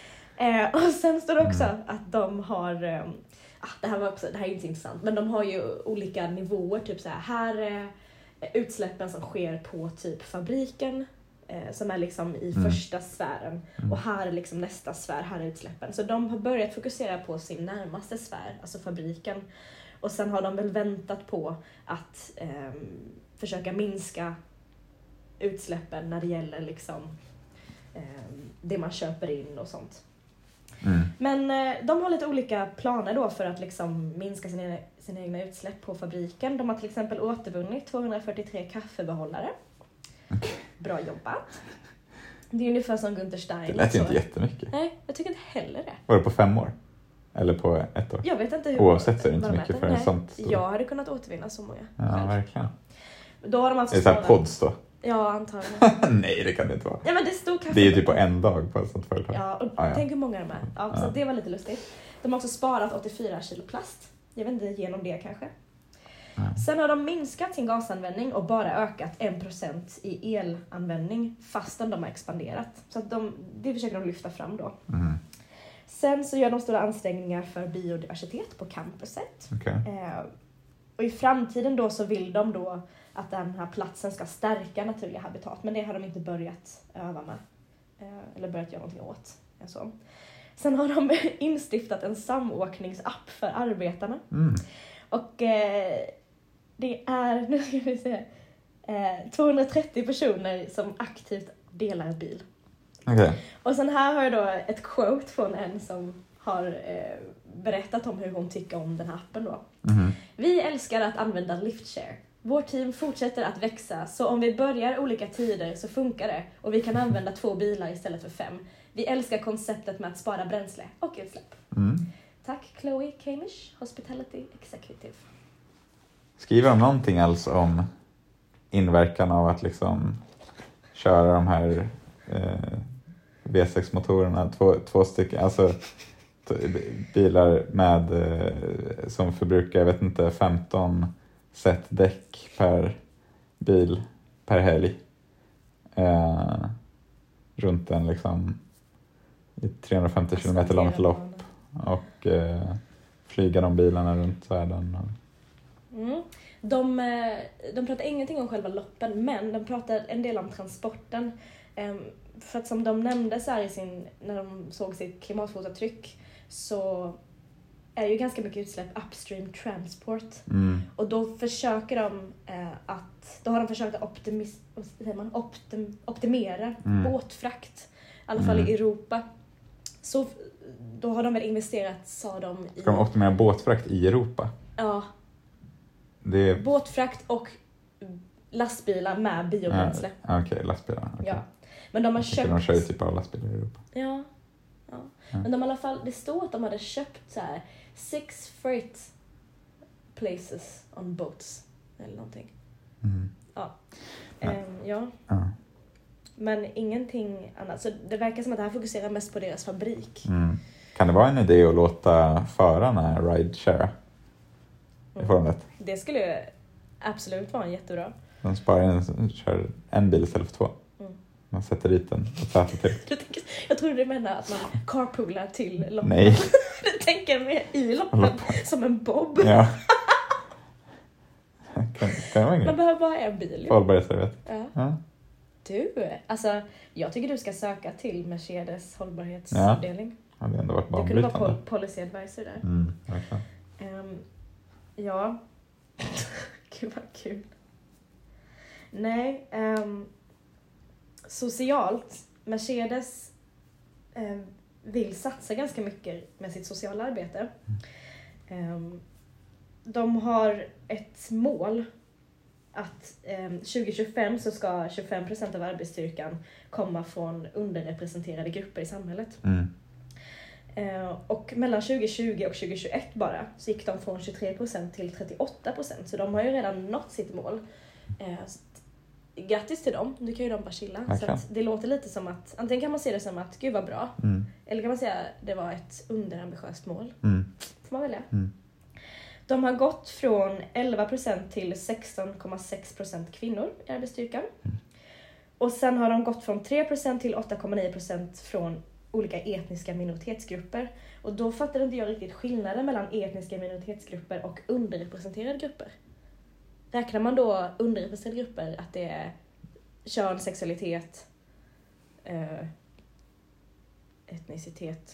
Eh, och sen står det också mm. att de har... Eh, ah, det här var också, det här är inte intressant. Men de har ju olika nivåer. Typ så här. Här är utsläppen som sker på typ fabriken. Eh, som är liksom i mm. första sfären. Mm. Och här är liksom nästa sfär. Här är utsläppen. Så de har börjat fokusera på sin närmaste sfär. Alltså fabriken. Och sen har de väl väntat på att eh, försöka minska utsläppen när det gäller liksom eh, det man köper in och sånt. Mm. Men eh, de har lite olika planer då för att liksom minska sina, sina egna utsläpp på fabriken. De har till exempel återvunnit tvåhundrafyrtiotre kaffebehållare. Okay. Bra jobbat. Det är ungefär som Gunther Stein. Det lät ju inte jättemycket. Nej, jag tycker inte heller det. Var det på fem år? Eller på ett år? Jag vet inte hur. Oavsett så är det inte så mycket för en sånt. Stor... Jag hade kunnat återvinna så många. Ja, själv. Verkligen. Då har de alltså är det så här pods då? Ja, antagligen. Nej, det kan det inte vara. Ja, men det stod kaffe. Det är ju typ på en dag på ett sånt företag. Ja, och ah, ja. Tänk hur många de är. Ja, så ja. Det var lite lustigt. De har också sparat åttiofyra kilo plast. Jag vet inte, genom det kanske. Ja. Sen har de minskat sin gasanvändning och bara ökat en procent i elanvändning fastän de har expanderat. Så att de, det försöker de lyfta fram då. Mm. Sen så gör de stora ansträngningar för biodiversitet på campuset. Okay. Eh, och i framtiden då så vill de då att den här platsen ska stärka naturliga habitat. Men det har de inte börjat öva med. Eh, eller börjat göra någonting åt. Så. Sen har de instiftat en samåkningsapp för arbetarna. Mm. Och eh, det är, nu ska vi se, eh, tvåhundratrettio personer som aktivt delar bil. Okay. Och sen här har jag då ett quote från en som har eh, berättat om hur hon tycker om den här appen då. Mm. Vi älskar att använda Liftshare. Vårt team fortsätter att växa, så om vi börjar olika tider så funkar det och vi kan använda två bilar istället för fem. Vi älskar konceptet med att spara bränsle och utsläpp. Mm. Tack Chloe Kamish, Hospitality Executive. Skriver de någonting alls om inverkan av att liksom köra de här eh, V sex-motorerna, två, två stycken, alltså t- bilar med eh, som förbrukar, jag vet inte, femton set däck per bil per helg eh, runt en liksom i trehundrafemtio kilometer långt lopp och eh, flyga de bilarna runt världen. Mm. De, de pratar ingenting om själva loppen, men de pratar en del om transporten. För att som de nämnde så här i sin, när de såg sitt klimatfotavtryck, så är ju ganska mycket utsläpp upstream transport. Mm. Och då försöker de eh, att, då har de försökt att optimis, man, optim, optimera mm. båtfrakt. I alla fall mm. i Europa. Så då har de väl investerat, sa de. I... Ska de optimera båtfrakt i Europa? Ja. Det är... Båtfrakt och lastbilar med biobränsle. Ja, okej, okay, lastbilar. Okay. Ja. Men de har köpt... De kör ju typ av lastbilar i Europa. Ja. ja. ja. Men de i alla fall, det står att de hade köpt så här six freight places on boats. Eller någonting. Mm. Ja. Um, ja. ja. Men ingenting annat. Så det verkar som att det här fokuserar mest på deras fabrik. Mm. Kan det vara en idé att låta förarna ride-share i formet? Det skulle absolut vara en jättebra. De sparar en, kör en bil istället för två. Mm. Man sätter dit den och sätter till. Jag trodde du menade att man carpoolar till loppen. Nej. Du tänker mer i loppen som en bob. Ja. kan, kan man behöver bara en bil. Hållbarhetsarbete. Ja. ja. Du, alltså jag tycker du ska söka till Mercedes hållbarhetsavdelning. Ja, det har ändå varit du kunde vara pol- policy advisor där. Mm, verkligen. Um, ja. Gud vad kul. Nej, um, socialt, Mercedes um, vill satsa ganska mycket med sitt sociala arbete. Um, de har ett mål att um, tjugo tjugofem så ska tjugofem procent av arbetsstyrkan komma från underrepresenterade grupper i samhället. Mm. Eh, och mellan tjugo tjugo och tjugo tjugoett bara så gick de från tjugotre procent till trettioåtta procent. Så de har ju redan nått sitt mål. Eh, grattis till dem, nu kan ju de bara chilla. Okay. Så att det låter lite som att, antingen kan man se det som att gud vad bra. Mm. Eller kan man säga att det var ett underambitiöst mål. Mm. Får man välja. Mm. De har gått från elva procent till sexton komma sex procent kvinnor i arbetsstyrkan. Mm. Och sen har de gått från tre procent till åtta komma nio procent från olika etniska minoritetsgrupper. Och då fattar inte jag riktigt skillnaden mellan etniska minoritetsgrupper och underrepresenterade grupper. Räknar man då underrepresenterade grupper att det är kön, sexualitet, eh, etnicitet?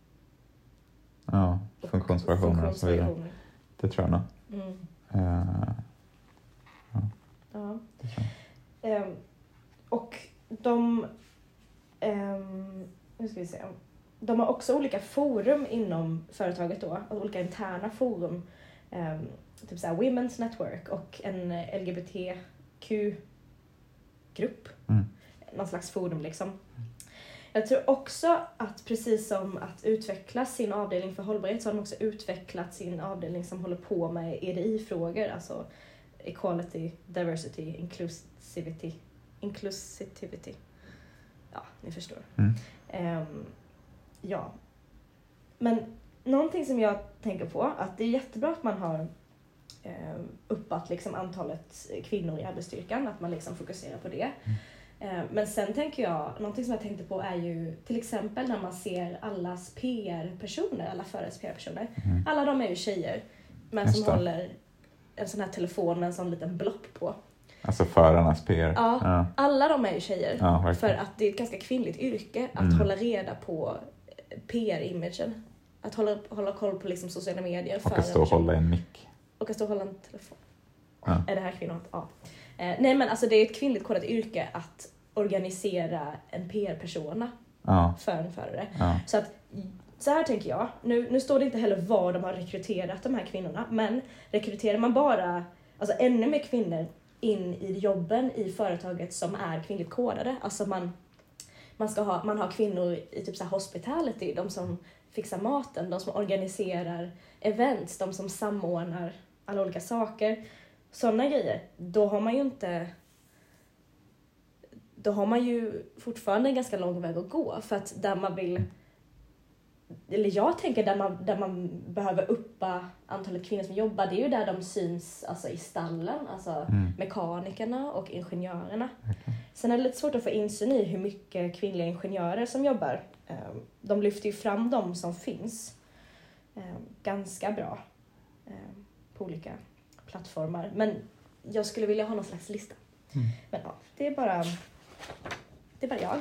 Ja, funktionsvariationer och så vidare. Det tror jag nog. Mm. Uh, ja. Ja. Det tror jag. Um, och de... Um, nu ska vi se. De har också olika forum inom företaget då. Olika interna forum. Um, typ såhär Women's Network och en L G B T Q-grupp. Mm. Någon slags forum liksom. Jag tror också att precis som att utveckla sin avdelning för hållbarhet så har de också utvecklat sin avdelning som håller på med E D I-frågor. Alltså equality, diversity, inclusivity. Inclusivity. Ja, ni förstår. Mm. Um, ja. Men någonting som jag tänker på, att det är jättebra att man har um, uppat liksom antalet kvinnor i arbetsstyrkan, att man liksom fokuserar på det. Mm. Um, men sen tänker jag, någonting som jag tänkte på är ju till exempel när man ser allas P R-personer, alla förares P R-personer. Mm. Alla de är ju tjejer, men som håller en sån här telefon med en sån liten blopp på. Alltså förarnas P R. Ja, ja, alla de är ju tjejer. Ja, för att det är ett ganska kvinnligt yrke att mm. hålla reda på P R-imagen. Att hålla, hålla koll på liksom sociala medier. Och att stå och hålla en mick. Och att stå och hålla en telefon. Ja. Är det här kvinnor? Ja. Eh, nej men alltså det är ett kvinnligt kodat yrke att organisera en P R-persona ja. för en förare. Ja. Så att så här tänker jag. Nu, nu står det inte heller var de har rekryterat de här kvinnorna. Men rekryterar man bara alltså ännu mer kvinnor in i jobben i företaget som är kvinnligt kodade. Alltså man, man, ska ha, man har kvinnor i typ så här hospitality, de som fixar maten, de som organiserar events, de som samordnar alla olika saker. Sådana grejer. Då har man ju inte... Då har man ju fortfarande en ganska lång väg att gå. För att där man vill... Eller jag tänker där man, där man behöver uppa antalet kvinnor som jobbar. Det är ju där de syns alltså, i stallen. Alltså mm. mekanikerna och ingenjörerna. Okay. Sen är det lite svårt att få insyn i hur mycket kvinnliga ingenjörer som jobbar. De lyfter ju fram de som finns. Ganska bra. På olika plattformar. Men jag skulle vilja ha någon slags lista. Mm. Men ja, det är bara... Det är bara jag.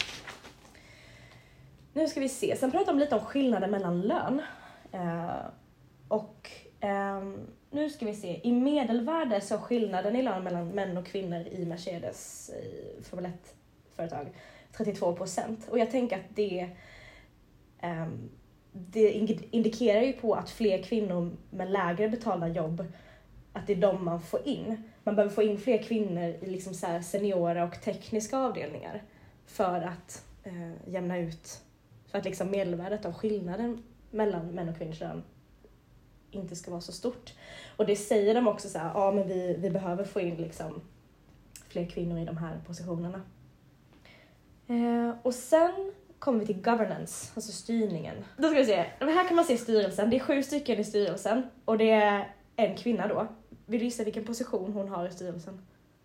Nu ska vi se. Sen pratar de lite om skillnaden mellan lön. Eh, och eh, nu ska vi se. I medelvärde så är skillnaden i lön mellan män och kvinnor i Mercedes i Formel ett-företag trettiotvå procent. Och jag tänker att det, eh, det indikerar ju på att fler kvinnor med lägre betalda jobb, att det är de man får in. Man behöver få in fler kvinnor i liksom så här seniora och tekniska avdelningar för att eh, jämna ut. För att liksom medelvärdet av skillnaden mellan män och kvinnors lön inte ska vara så stort. Och det säger de också så här, ja men vi, vi behöver få in liksom fler kvinnor i de här positionerna. Eh, och sen kommer vi till governance, alltså styrningen. Då ska vi se, här kan man se styrelsen. Det är sju stycken i styrelsen och det är en kvinna då. Vill du gissa vilken position hon har i styrelsen?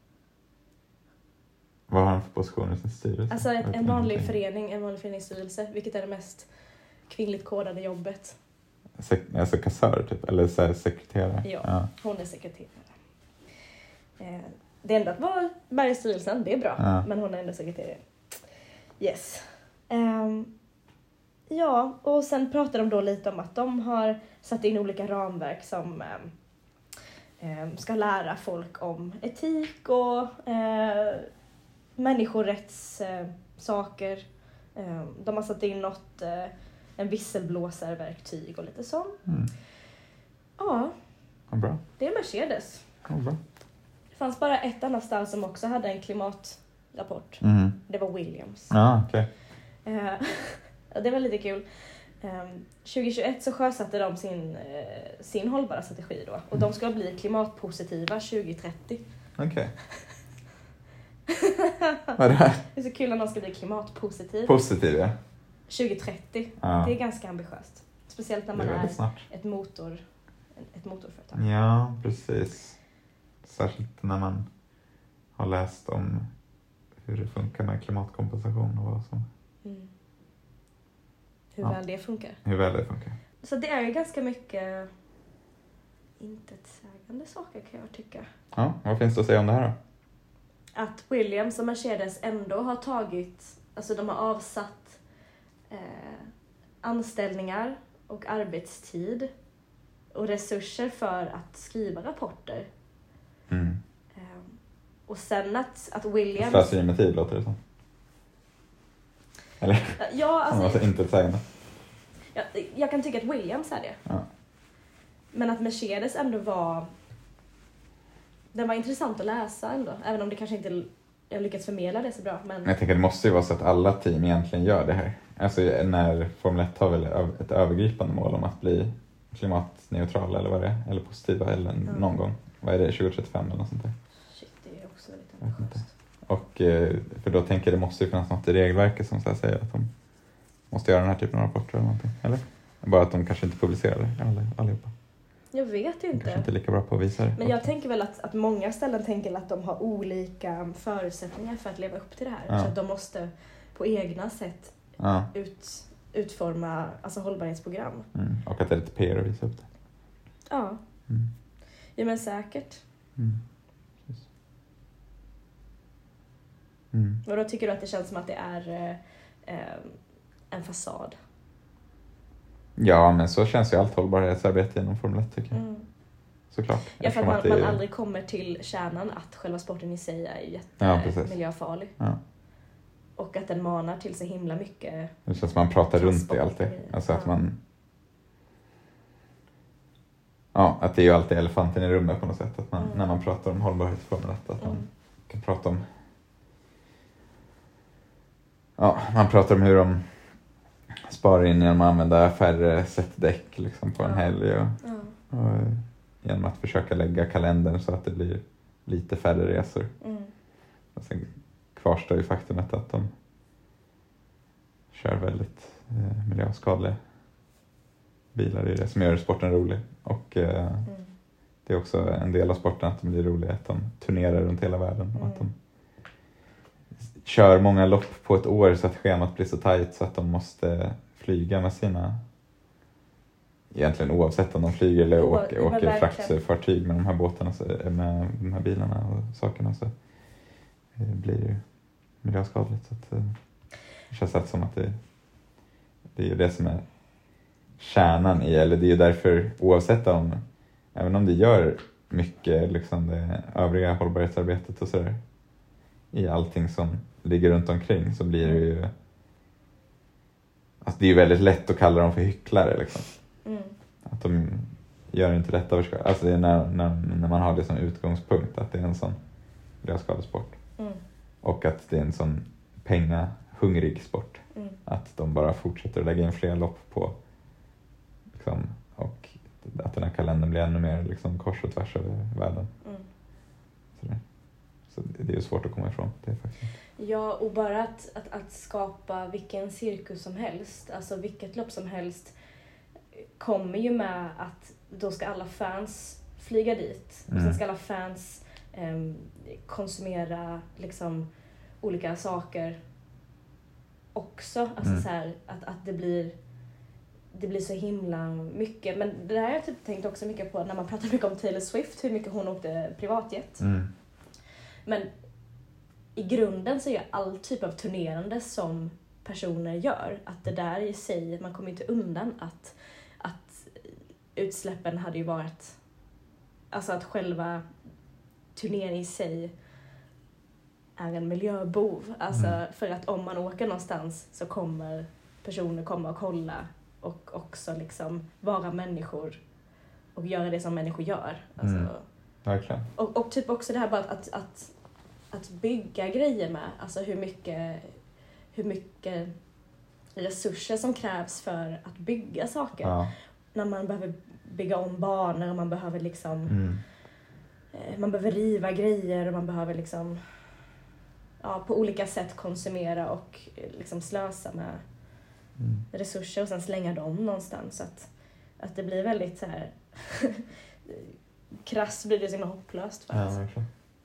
Vad har han för position i sin styrelse? Alltså ett, en vanlig förening, en vanlig föreningsstyrelse. Vilket är det mest kvinnligt kodade jobbet? Sek- alltså kassör typ? Eller så här, sekreterare? Ja, ja, hon är sekreterare. Eh, det enda att vara med i styrelsen, det är bra. Ja. Men hon är ändå sekreterare. Yes. Um, ja, och sen pratar de då lite om att de har satt in olika ramverk som... Um, ska lära folk om etik och eh, människorättssaker. Eh, de har satt in något, eh, en visselblåsarverktyg och lite sånt. Mm. Ja, ja, bra. Det är Mercedes. Ja, bra. Det fanns bara ett annat stall som också hade en klimatrapport. Mm. Det var Williams. Ja, okej. Okay. Eh, det var lite kul. Um, tjugohundratjugoett så sjösatte de sin, uh, sin hållbara strategi då. Och de ska bli klimatpositiva tjugohundratrettio. Okej. Okay. Vad är det här? Det är så kul när de ska bli klimatpositiv. Positiv, ja. tjugohundratrettio. Ja. Det är ganska ambitiöst. Speciellt när man är, är snart. ett, motor, ett motorföretag. Ja, precis. Särskilt när man har läst om hur det funkar med klimatkompensation och vad som... Mm. Hur Ja. väl det funkar. Hur väl det funkar. Så det är ju ganska mycket intetsägande saker kan jag tycka. Ja, vad finns det att säga om det här då? Att Williams och Mercedes ändå har tagit, alltså de har avsatt eh, anställningar och arbetstid och resurser för att skriva rapporter. Mm. Eh, och sen att, att Williams... Slöseri med tid låter det som. Eller? Ja, alltså... alltså inte sägande. Jag, jag kan tycka att Williams är det. Ja. Men att Mercedes ändå var... Den var intressant att läsa ändå. Även om det kanske inte... Jag lyckats förmedla det så bra. Men... Jag tänker att det måste ju vara så att alla team egentligen gör det här. Alltså när Formel ett har väl ett övergripande mål om att bli klimatneutral eller vad det är. Eller positiva eller mm. någon gång. Vad är det? tjugo trettiofem eller något sånt där? Shit, det är också väldigt ambitiöst. Och för då tänker jag det måste ju finnas något i regelverket som så här säger att de måste göra den här typen av rapporter eller någonting. Eller? Bara att de kanske inte publicerar det alla, allihopa. Jag vet De inte. kanske inte är lika bra på att visa det. Men jag tänker väl att, att många ställen tänker att de har olika förutsättningar för att leva upp till det här. Ja. Så att de måste på egna sätt Ja. ut, utforma alltså hållbarhetsprogram. Mm. Och att det är lite P R att visa upp det. Ja. Mm. Ja men säkert. Mm. Mm. Och då tycker du att det känns som att det är eh, en fasad? Ja, men så känns ju allt hållbarhetsarbete inom Formel ett tycker jag. Mm. Såklart. Ja, för att Eftersom man, att det man är- aldrig kommer till kärnan att själva sporten i sig är Ja, precis. jättemiljöfarlig. Ja. Och att den manar till så himla mycket. Det känns som man pratar runt det alltid. Transport. Alltså att Ja. man... Ja, att det är ju alltid elefanten i rummet på något sätt. Att man, Mm. när man pratar om hållbarhet i Formel ett, att man Mm. kan prata om... Ja, man pratar om hur de sparar in genom att använda färre set däck liksom, på en Ja. helg. Och, Ja. och genom att försöka lägga kalendern så att det blir lite färre resor. Mm. Och sen kvarstår ju faktumet att de kör väldigt eh, miljöskadliga bilar. Det är det som gör sporten rolig. Och eh, Mm. det är också en del av sporten att de blir roliga, att de turnerar runt hela världen. Och Mm. att de kör många lopp på ett år så att schemat blir så tajt så att de måste flyga med sina... Egentligen oavsett om de flyger eller Oa- åker, men åker verkligen. fraktfartyg med de här båtarna, så, med de här bilarna och sakerna, så eh, blir det ju miljöskadligt. Så att, eh, det känns att som att det, det är ju det som är kärnan i, eller det är ju därför oavsett om, även om det gör mycket liksom det övriga hållbarhetsarbetet och sådär i allting som ligger runt omkring, så blir det ju alltså det är ju väldigt lätt att kalla dem för hycklare liksom. Mm. Att de gör inte rätt överskott. Alltså det är när, när, när man har det som utgångspunkt att det är en sån miljöskadesport. Mm. Och att det är en sån pengahungrig sport. Mm. Att de bara fortsätter att lägga in fler lopp på liksom, och att den här kalendern blir ännu mer liksom, kors och tvärs över världen. Mm. Så, det, så det, det är ju svårt att komma ifrån. Det är faktiskt. Ja, och bara att, att, att skapa vilken cirkus som helst, alltså vilket lopp som helst, kommer ju med att då ska alla fans flyga dit. Och Mm. sen ska alla fans eh, konsumera liksom olika saker också. Alltså Mm. så här, att, att det blir det blir så himla mycket. Men det där har jag typ tänkt också mycket på när man pratar mycket om Taylor Swift, hur mycket hon åkte privatjet. Mm. Men i grunden så är all typ av turnerande som personer gör, att det där i sig, man kommer inte undan att, att utsläppen hade ju varit, alltså att själva turneringen i sig är en miljöbov. Alltså Mm. för att om man åker någonstans så kommer personer komma och kolla och också liksom vara människor och göra det som människor gör. Alltså, Mm. Verkligen. och, och typ också det här bara att, att, att, att bygga grejer med. Alltså hur mycket, hur mycket resurser som krävs för att bygga saker. Ja. När man behöver bygga om banor och man behöver liksom Mm. eh, man behöver riva grejer och man behöver liksom ja, på olika sätt konsumera och eh, liksom slösa med Mm. resurser och sen slänga dem någonstans. Så att, att det blir väldigt så här krass blir det så himla hopplöst. För Ja, att verkligen.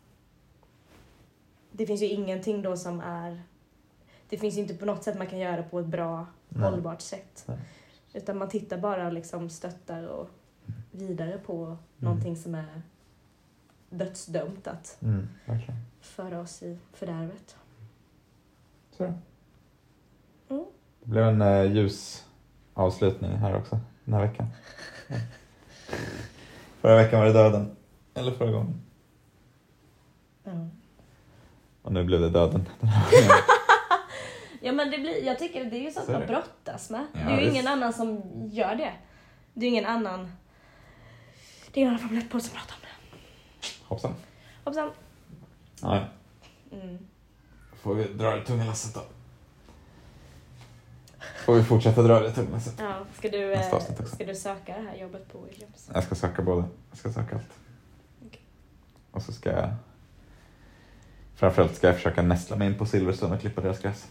det finns ju ingenting då som är det finns ju inte på något sätt man kan göra det på ett bra, Nej. hållbart sätt. Nej. Utan man tittar bara och liksom stöttar och vidare på mm. någonting som är dödsdömt att Mm, verkligen. föra oss i fördärvet. Så. Mm. Det blev en eh, ljus avslutning här också, den här veckan. Ja. Förra veckan var det döden, eller förra gången. Ja. Och nu blev det döden den här gången. Ja, men det blir, jag tycker det är ju sånt Så är man det. brottas med. Ja, det är ju visst. ingen annan som gör det. Det är ingen annan det är ingen annan Formel ett-podd som pratar om det. Hoppsan. Hoppsan. Ja, Mm. får vi dra det tunga lasset då. Får vi fortsätta dra det tunga lasset. Ja, ska du, Nästa eh, avsnitt också. ska du söka det här jobbet på Williams? Jag ska söka båda. Jag ska söka allt. Okej. Och så ska jag... Framförallt ska jag försöka nästla mig in på Silverstone och klippa deras gräs.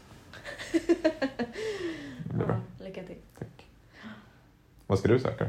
Det blir bra. Ja, lycka till. Tack. Vad ska du söka?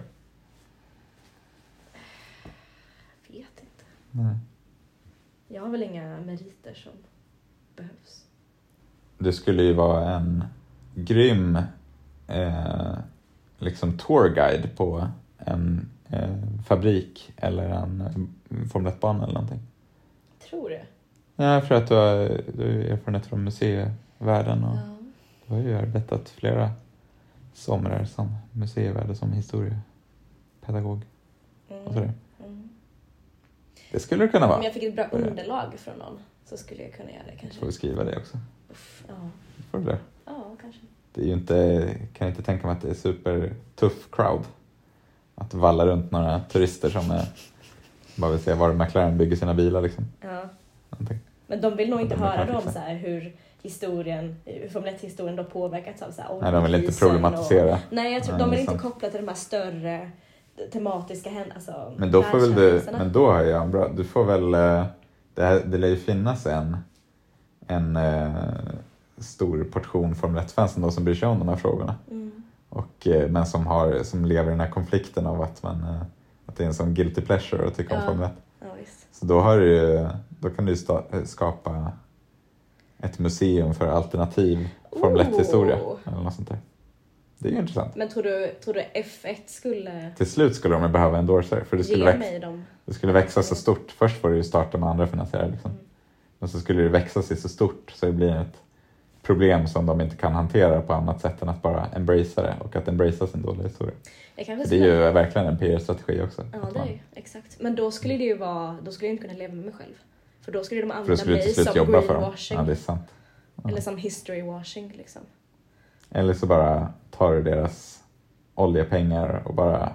Vet inte. Nej. Jag har väl inga meriter som behövs. Det skulle ju vara en grym eh, liksom tourguide på en eh, fabrik eller en eh, Formel ett-bana eller någonting. Tror du? Ja, för att du har, du har erfarenhet från museivärlden och Ja. du har ju arbetat flera somrar som museivärde, som historiepedagog Mm. och sådär. Mm. Det skulle det kunna vara. Om jag fick ett bra underlag från någon så skulle jag kunna göra det Så kanske. får vi skriva det också. Uff, ja. Får du det? ja, kanske. Det är ju inte, kan inte tänka mig att det är super tuff crowd. Att valla runt några turister som är, bara vill se var McLaren bygger sina bilar liksom. Ja. Någonting. Men de vill nog inte De höra kan då om fixa. så här hur historien, hur Formel ett-historien då påverkats av så här Nej, de vill inte oljekrisen problematisera. Och, nej, jag tror Nej, de det vill är inte sant. koppla till de här större tematiska händelserna. Alltså, Men då får väl du, världshändelserna. men då har jag en bra, du får väl, eh, det, här, det lär ju finnas en, en eh, stor portion Formel ett-fans då som bryr sig om de här frågorna. Mm. Och, eh, men som, har, som lever i den här konflikten av att, man, eh, att det är en sån guilty pleasure att tycka om Ja. Formel ett. Ja, visst. Så då, har du, ju- då kan du ju sta- skapa ett museum för alternativ Formel ett-historia. Oh. Eller något sånt där. Det är ju intressant. Men tror du, tror du F ett skulle Till slut skulle de ju behöva endorser. För det skulle, ge växa, mig dem? det skulle växa så stort. Först får du ju starta med andra finansiärer. Liksom. Mm. Men så skulle det växa sig så stort så det blir ett problem som de inte kan hantera på annat sätt än att bara embracea det. Och att embracea sin dåliga historia. Jag kanske Det är skulle... ju verkligen en P R-strategi också. Ja, Att det är man- ju exakt. Men då skulle det ju vara, då skulle jag inte kunna leva med mig själv. För då skulle de För då använda skulle du mig till slut som jobba för dem. greenwashing. Ja, det är sant. Ja. Eller som history washing liksom. Eller så bara tar du deras oljepengar och bara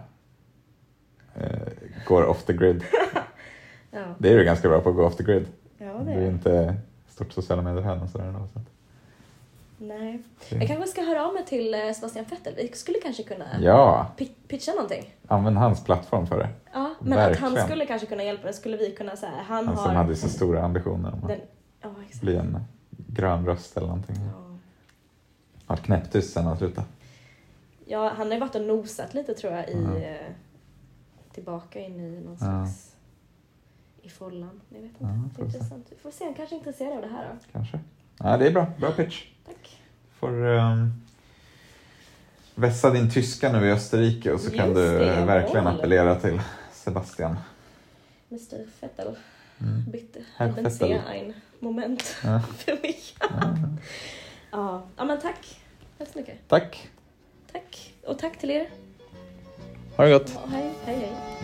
eh, går off the grid. Ja, Det är ju ganska bra på att gå off the grid. ja Det det är är ju det. inte stort sociala medier och sådär. Så. Nej. Det- Jag kanske ska höra av mig till eh, Sebastian Vettel. Vi skulle kanske kunna Ja, pi- pitcha någonting. använd hans plattform för det. Ja, men att han Verkligen. skulle kanske kunna hjälpa mig. Skulle vi kunna säga, han Han har som hade så stora ambitioner om att den... Ja, exakt. bli en grön röst eller någonting. Ja. Har varit knäpptyst sen han slutade. Ja, han har ju varit och nosat lite tror jag i... Ja. eh, Tillbaka in i någon Ja. slags... I follan. Jag vet inte. Ja, det får är vi se. intressant. Vi får se, han kanske är intresserad av det här då. Kanske. Ja, det är bra. Bra pitch. Tack. Får um, vässa din tyska nu i Österrike och så kan Just du det, eh, verkligen mål. appellera till Sebastian. mister Vettel. Mm. Bitte. Herr Haben Vettel. Sie ein Moment Ja. för mig? Ja. Ja. Ja, men tack. Tack så mycket. Tack. Tack. Och tack till er. Ha det gott. Ja, hej, hej, hej.